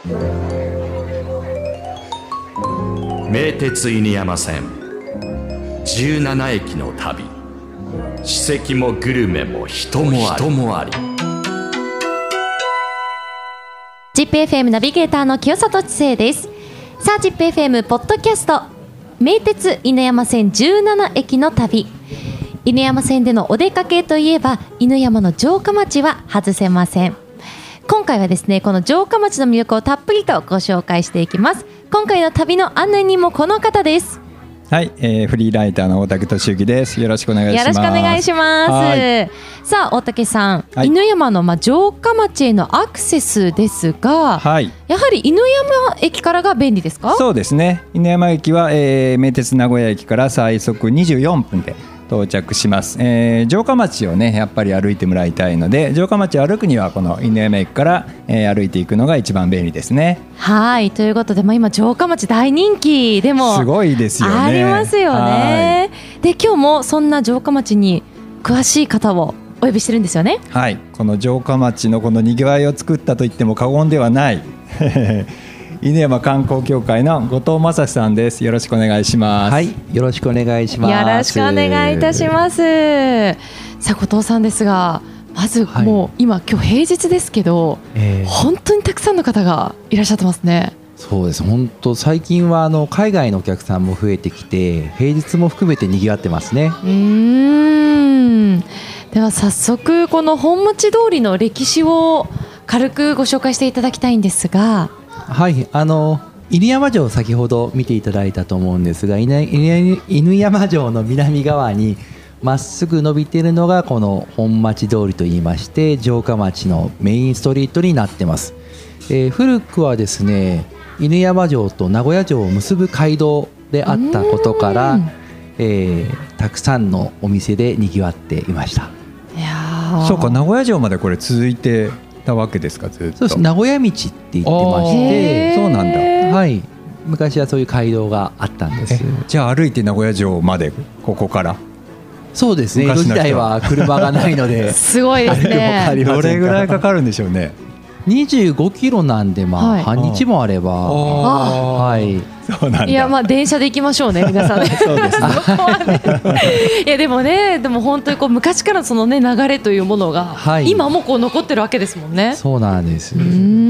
名鉄犬山線17駅の旅、史跡もグルメも人もあり。 ZIPFM ナビゲーターの清里知世です。さあ ZIPFM ポッドキャスト、名鉄犬山線17駅の旅。犬山線でのお出かけといえば犬山の城下町は外せません。今回はですね、この城下町の魅力をたっぷりとご紹介していきます。今回の旅の案内人もこの方です。 はい、フリーライターの大竹俊之です。よろしくお願いします。 よろしくお願いします。さあ大竹さん、はい、犬山の城下町へのアクセスですが、はい、やはり犬山駅からが便利ですか？ そうですね、犬山駅は、名鉄名古屋駅から最速24分で到着します。城下町をねやっぱり歩いてもらいたいので、城下町を歩くにはこの犬山駅から、歩いていくのが一番便利ですね。 はい、ということで、今城下町大人気でもすごいですよね。 ありますよね。で今日もそんな城下町に詳しい方をお呼びしてるんですよね。 はい、この城下町のこのにぎわいを作ったと言っても過言ではない犬山観光協会の後藤正史さんです。よろしくお願いします。 はい、よろしくお願いします。 よろしくお願いいたします。さあ後藤さんですが、まずもう今日平日ですけど、本当にたくさんの方がいらっしゃってますね。 そうです。本当最近は海外のお客さんも増えてきて、平日も含めて賑わってますね。 では早速この本町通りの歴史を軽くご紹介していただきたいんですが。 はい、犬山城を先ほど見ていただいたと思うんですが、犬山城の南側にまっすぐ伸びているのがこの本町通りといいまして、城下町のメインストリートになってます。古くはですね、犬山城と名古屋城を結ぶ街道であったことから、たくさんのお店でにぎわっていました。 いやそうか、名古屋城までこれ続いてたわけですか？ずっと。 そうです。名古屋道って言ってまして。 そうなんだ。 はい、昔はそういう街道があったんです。 じゃあ歩いて名古屋城までここから？ そうですね、江戸時代は車がないのですごいですね。 どれぐらいかかるんでしょうね。 25キロなんで、半日もあれば。はい、 そうなんだ。 いや電車で行きましょうね皆さんね。 そうですね。 いやでも本当にこう昔からそのね流れというものが、今もこう残ってるわけですもんね。 そうなんです。 ちな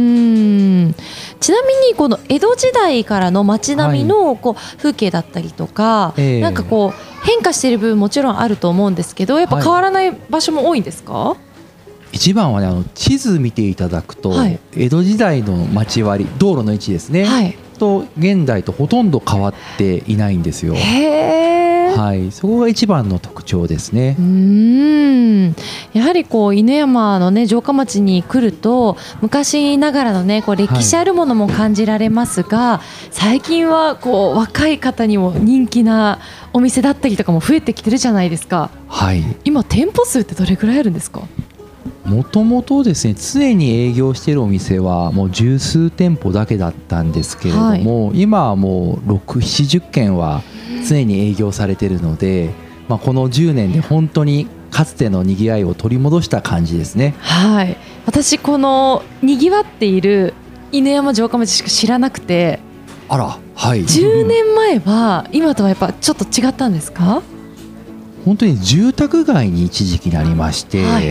みにこの江戸時代からの街並みのこう風景だったりとか、なんかこう変化している部分もちろんあると思うんですけど、やっぱ変わらない場所も多いんですか？ 一番はね、地図見ていただくと、江戸時代の街割り、道路の位置ですね、と現代とほとんど変わっていないんですよ。はい、そこが一番の特徴ですね。 やはりこう犬山のね城下町に来ると昔ながらのねこう歴史あるものも感じられますが、最近はこう若い方にも人気なお店だったりとかも増えてきてるじゃないですか。今店舗数ってどれくらいあるんですか？ もともとですね、常に営業しているお店はもう十数店舗だけだったんですけれども、今はもう6、70軒は常に営業されているので、この10年で本当にかつてのにぎわいを取り戻した感じですね。 はい、私このにぎわっている犬山城下町しか知らなくて。 あら、はい。 10年前は今とはやっぱちょっと違ったんですか？ 本当に住宅街に一時期なりまして、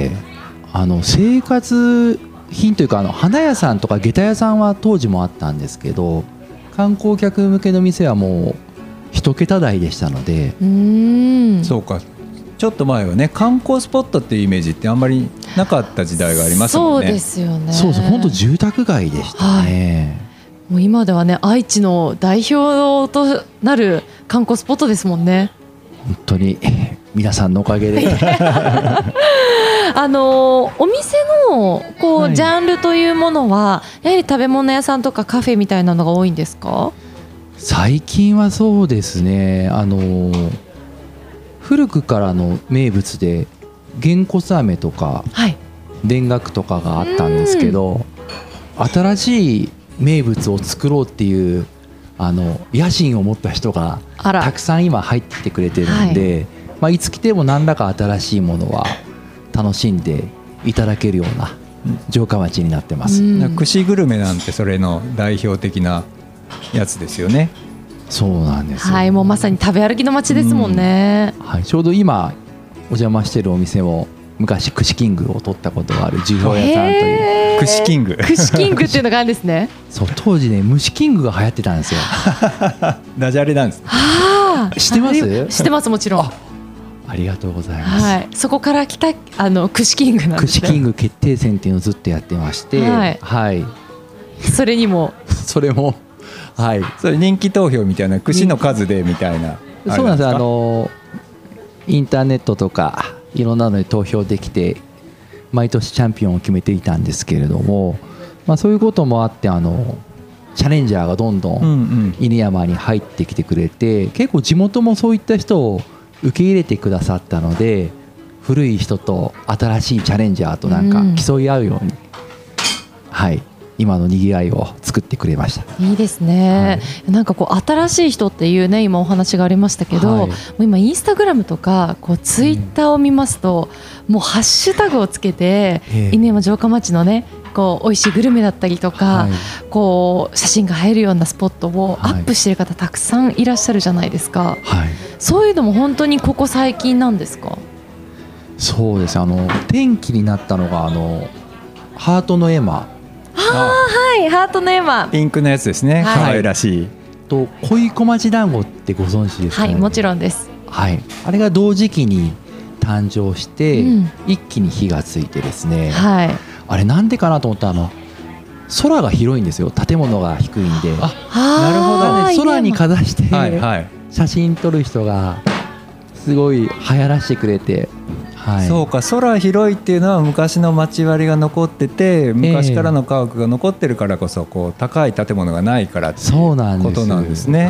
生活品というか花屋さんとか下駄屋さんは当時もあったんですけど、観光客向けの店はもう一桁台でしたので。 そうか、ちょっと前はね観光スポットっていうイメージってあんまりなかった時代がありますもんね。 そうですよね。 そうそう、本当住宅街でしたね。 もう今ではね愛知の代表となる観光スポットですもんね。 本当に皆さんのおかげでお店のこう、ジャンルというものはやはり食べ物屋さんとかカフェみたいなのが多いんですか？ 最近はそうですね、古くからの名物でげんこつ飴とか、田楽とかがあったんですけど、新しい名物を作ろうっていう野心を持った人がたくさん今入ってきてくれてるんで、いつ来ても何らか新しいものは楽しんでいただけるような城下町になってます。 串グルメなんてそれの代表的なやつですよね。 そうなんですよ。 はい、もうまさに食べ歩きの街ですもんね。 はい、ちょうど今お邪魔しているお店も昔串キングを取ったことがある寿司屋さんという。 串キング串キングっていうのがあるんですね。 そう、当時ね蒸しキングが流行ってたんですよ。 ダジャレなんですね。 知ってます？ 知ってます、もちろん。 ありがとうございます。 はい、そこから来た串キングなんですね。 串キング決定戦っていうのをずっとやってまして、 はいはい、 それにもそれもはい、 それ人気投票みたいな、串の数でみたいな。 そうなんです。 かインターネットとかいろんなので投票できて毎年チャンピオンを決めていたんですけれども、そういうこともあってチャレンジャーがどんどん犬山に入ってきてくれて、結構地元もそういった人を受け入れてくださったので、古い人と新しいチャレンジャーとなんか競い合うように、はい、今のにぎわいを作ってくれました。 いいですね、はい、なんかこう新しい人っていうね今お話がありましたけど、もう今インスタグラムとかこうツイッターを見ますと、もうハッシュタグをつけて犬山城下町のねこう美味しいグルメだったりとか、こう写真が映えるようなスポットをアップしている方たくさんいらっしゃるじゃないですか、はい、そういうのも本当にここ最近なんですか？ そうです。転機になったのがハートの絵馬、 はい、ハートの絵馬、 ピンクのやつですね、可愛らしいと恋小町団子ってご存知ですかね？ はい、もちろんです、 はい、あれが同時期に誕生して、一気に火がついてですね、はい、あれなんでかなと思ったら空が広いんですよ。建物が低いんで。 なるほど、 ね、空にかざして写真撮る人がすごい流行らしてくれて、はい、 そうか、空広いっていうのは昔の町割りが残ってて、昔からの家屋が残ってるからこそこう高い建物がないからっていうことなんですね。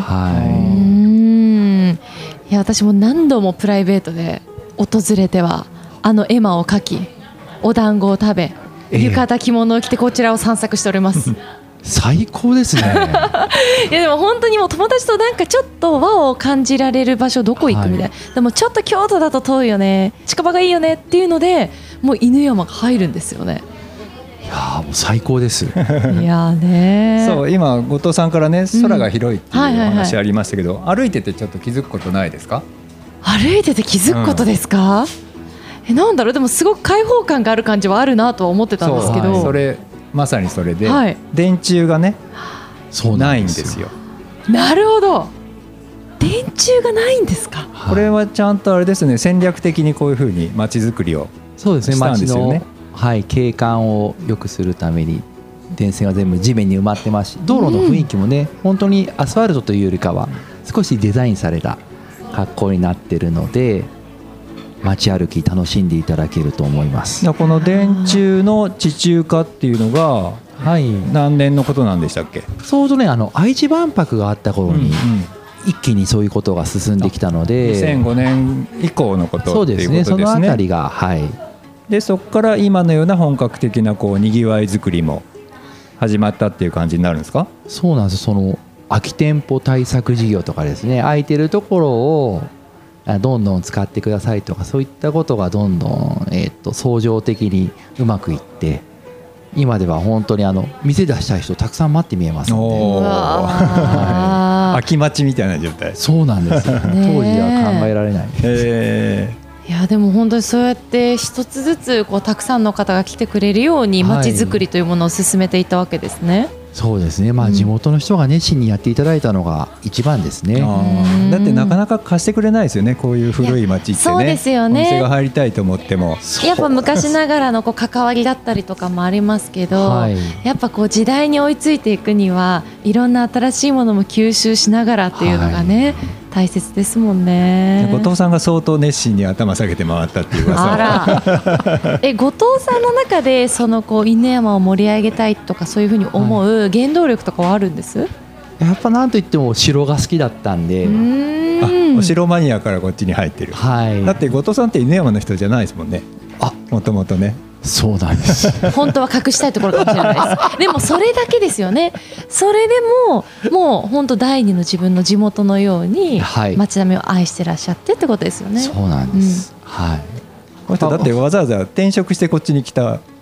いや、私も何度もプライベートで訪れては絵馬を描き、お団子を食べ、浴衣着物を着てこちらを散策しております最高ですねいやでも本当にもう友達となんかちょっと和を感じられる場所どこ行くみたいな、でもちょっと京都だと遠いよね、近場がいいよねっていうのでもう犬山が入るんですよね。 いやもう最高ですいやね、 そう、今後藤さんからね空が広いっていうお話ありましたけど、歩いててちょっと気づくことないですか？ 歩いてて気づくことですか？なんだろう、でもすごく開放感がある感じはあるなとは思ってたんですけど、 それまさにそれで、 はい、 電柱がねないんですよ。 なるほど、電柱がないんですか？ これはちゃんとあれですね、戦略的にこういうふうに街づくりをしたんですよね。 そうですね、街の、はい、景観を良くするために電線は全部地面に埋まってますし、道路の雰囲気もね、本当にアスファルトというよりかは少しデザインされた格好になってるので、街歩き楽しんでいただけると思います。 この電柱の地中化っていうのが、はい、何年のことなんでしたっけ？ ちょうどね、愛知万博があった頃に、一気にそういうことが進んできたので、 2005年以降のことっていうことですね。 そのあたりが、はい、 でそこから今のような本格的なこうにぎわい作りも始まったっていう感じになるんですか？ そうなんです。その空き店舗対策事業とかですね、空いてるところをどんどん使ってくださいとか、そういったことがどんどん、相乗的にうまくいって、今では本当に店出したい人たくさん待って見えますので、空き待ちみたいな状態。 そうなんです当時は考えられない。 いやでも本当にそうやって一つずつこうたくさんの方が来てくれるように街づくりというものを進めていったわけですね。 そうですね、地元の人が熱心にやっていただいたのが一番ですね。 だってなかなか貸してくれないですよね、こういう古い町ってね。 そうですよね、 お店が入りたいと思ってもやっぱ昔ながらのこう関わりだったりとかもありますけど、やっぱこう時代に追いついていくにはいろんな新しいものも吸収しながらっていうのがね、大切ですもんね。 後藤さんが相当熱心に頭下げて回ったっていう噂。 あら後藤さんの中でそのこう犬山を盛り上げたいとかそういうふうに思う原動力とかはあるんです？ やっぱなんといっても城が好きだったんで、 お城マニアからこっちに入ってる、だって後藤さんって犬山の人じゃないですもんね、もともとね。 そうなんです本当は隠したいところかもしれないですでもそれだけですよね。それでももう本当第二の自分の地元のように街並みを愛してらっしゃってってことですよね。 そうなんです、はい。 この人だってわざわざ転職してこっちに来た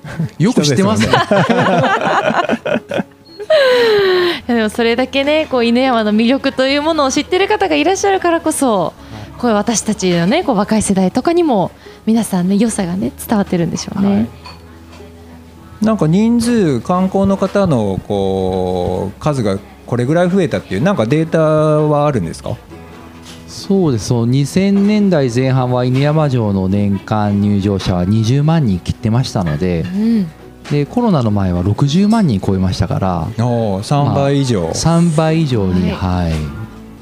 よく知ってますね。 でもそれだけねこう犬山の魅力というものを知っている方がいらっしゃるからこそこう私たちのねこう若い世代とかにも皆さんね良さがね伝わってるんでしょうね、はい、 なんか人数観光の方のこう数がこれぐらい増えたっていうなんかデータはあるんですか？ そうです。そう2000年代前半は犬山城の年間入場者は20万人切ってましたので、でコロナの前は60万人超えましたから 3倍以上、 3倍以上に、はい、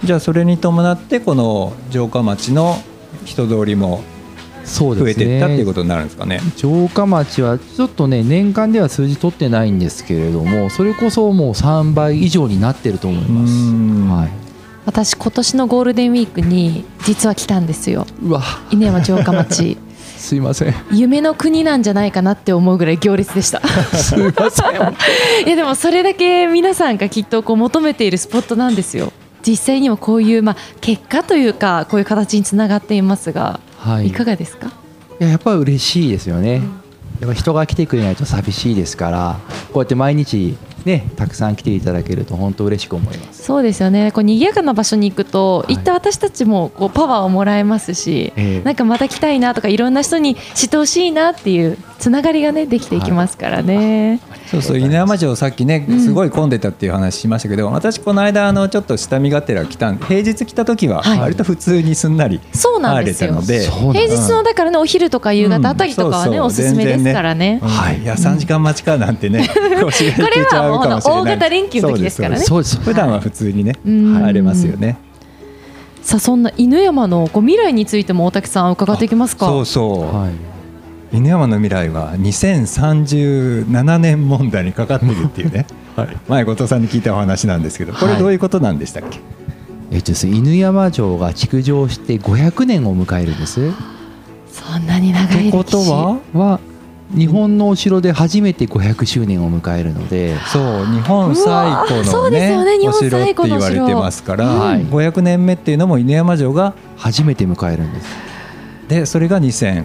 じゃあそれに伴ってこの城下町の人通りも増えていったっていうことになるんですかね。 城下町はちょっとね年間では数字取ってないんですけれどもそれこそもう3倍以上になってると思います。はい、 私今年のゴールデンウィークに実は来たんですよ。 うわ犬山城下町すいません夢の国なんじゃないかなって思うぐらい行列でしたすいませんいやでもそれだけ皆さんがきっとこう求めているスポットなんですよ。実際にもこういう、結果というかこういう形につながっていますが、はい、いかがですか？ やっぱり嬉しいですよね、やっぱ人が来てくれないと寂しいですからこうやって毎日ね、たくさん来ていただけると本当嬉しく思います。 そうですよね。こう賑やかな場所に行くと、行った私たちもこうパワーをもらえますし、なんかまた来たいなとかいろんな人に知ってほしいなっていうつながりがねできていきますからね、 そうそう犬山城さっきねすごい混んでたっていう話しましたけど、私この間ちょっと下見がてら来た平日来た時は割と普通にすんなり入れたので、 平日のだからねお昼とか夕方あたりとかはね、おすすめですからね、 いや3時間待ちかなんてねこれはもう大型連休の時ですからね。 そうです普段は普通にね入れますよね。 さあそんな犬山の未来についても大竹さん伺っていきますか？ そうそう、はい、犬山の未来は2037年問題にかかってるっていうね、はい、前後藤さんに聞いたお話なんですけど、これどういうことなんでしたっけ？ 犬山城が築城して500年を迎えるんです。 そんなに長い歴史。 ってことは日本のお城で初めて500周年を迎えるので、 そう日本最古の、ね、お城って言われてますから、500年目っていうのも犬山城が初めて迎えるんです。 でそれが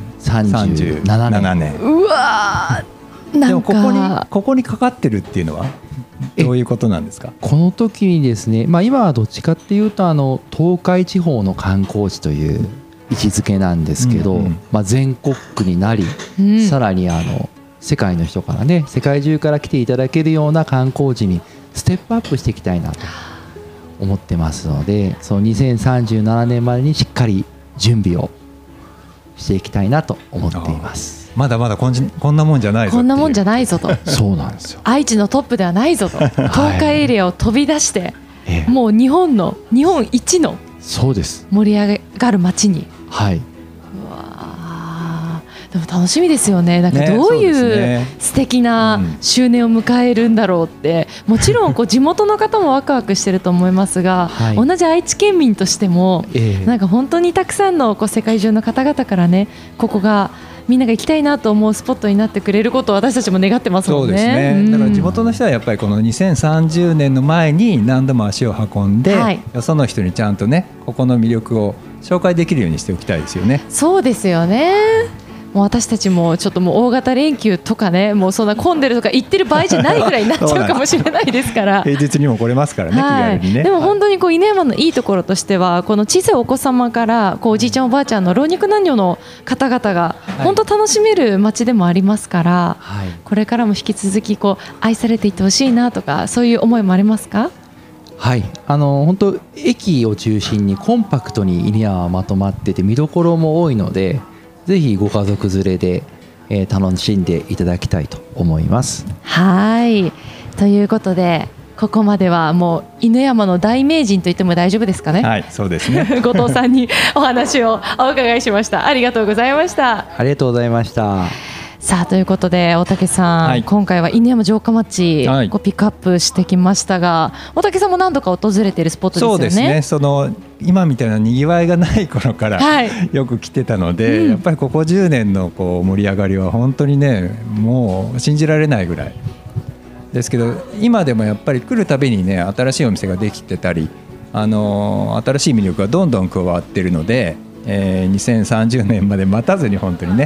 2037年。 うわー、なんかでもここにかかってるっていうのはどういうことなんですか？ この時にですね、今はどっちかっていうと東海地方の観光地という位置づけなんですけど、全国区になり、さらに世界の人からね世界中から来ていただけるような観光地にステップアップしていきたいなと思ってますので、その2037年までにしっかり準備をしていきたいなと思っています。 まだまだこんなもんじゃないぞ、 こんなもんじゃないぞとそうなんですよ。 愛知のトップではないぞと東海エリアを飛び出して、もう日本一のそうです盛り上がる街に、 はい、 うわでも楽しみですよね。なんかどういう素敵な周年を迎えるんだろうって、もちろんこう地元の方もワクワクしてると思いますが、同じ愛知県民としても、なんか本当にたくさんの世界中の方々からねここがみんなが行きたいなと思うスポットになってくれることを私たちも願ってますもんね。 そうですね、だから地元の人はやっぱりこの2030年の前に何度も足を運んで、よその人にちゃんとねここの魅力を紹介できるようにしておきたいですよね。 そうですよね。もう私たちもちょっともう大型連休とかねもうそんな混んでるとか行ってる場合じゃないぐらいになっちゃうかもしれないですから平日にも来れますからね、気軽にね。 でも本当に犬山のいいところとしてはこの小さいお子様からおじいちゃんおばあちゃんの老若男女の方々が本当楽しめる街でもありますから、これからも引き続き愛されていってほしいなとかそういう思いもありますか？ はい、本当駅を中心にコンパクトに犬山はまとまってて見どころも多いので、ぜひご家族連れで、楽しんでいただきたいと思います。 はいということでここまではもう犬山の大名人と言っても大丈夫ですかね？ はい、そうですね後藤さんにお話をお伺いしました。ありがとうございました。 ありがとうございました。 さあということで大竹さん、今回は犬山城下町、ピックアップしてきましたが、大竹さんも何度か訪れているスポットですよね。 そうですね。今みたいなにぎわいがない頃からよく来てたので、やっぱりここ10年の盛り上がりは本当にねもう信じられないぐらいですけど、今でもやっぱり来るたびにね新しいお店ができてたり、新しい魅力がどんどん加わっているので、2030年まで待たずに本当にね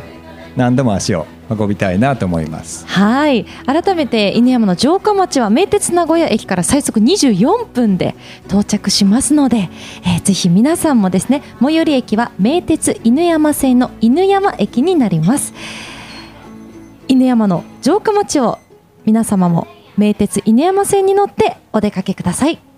何度も足を運びたいなと思います。 はい、改めて犬山の城下町は名鉄名古屋駅から最速24分で到着しますので、ぜひ皆さんもですね、最寄り駅は名鉄犬山線の犬山駅になります。犬山の城下町を皆様も名鉄犬山線に乗ってお出かけください。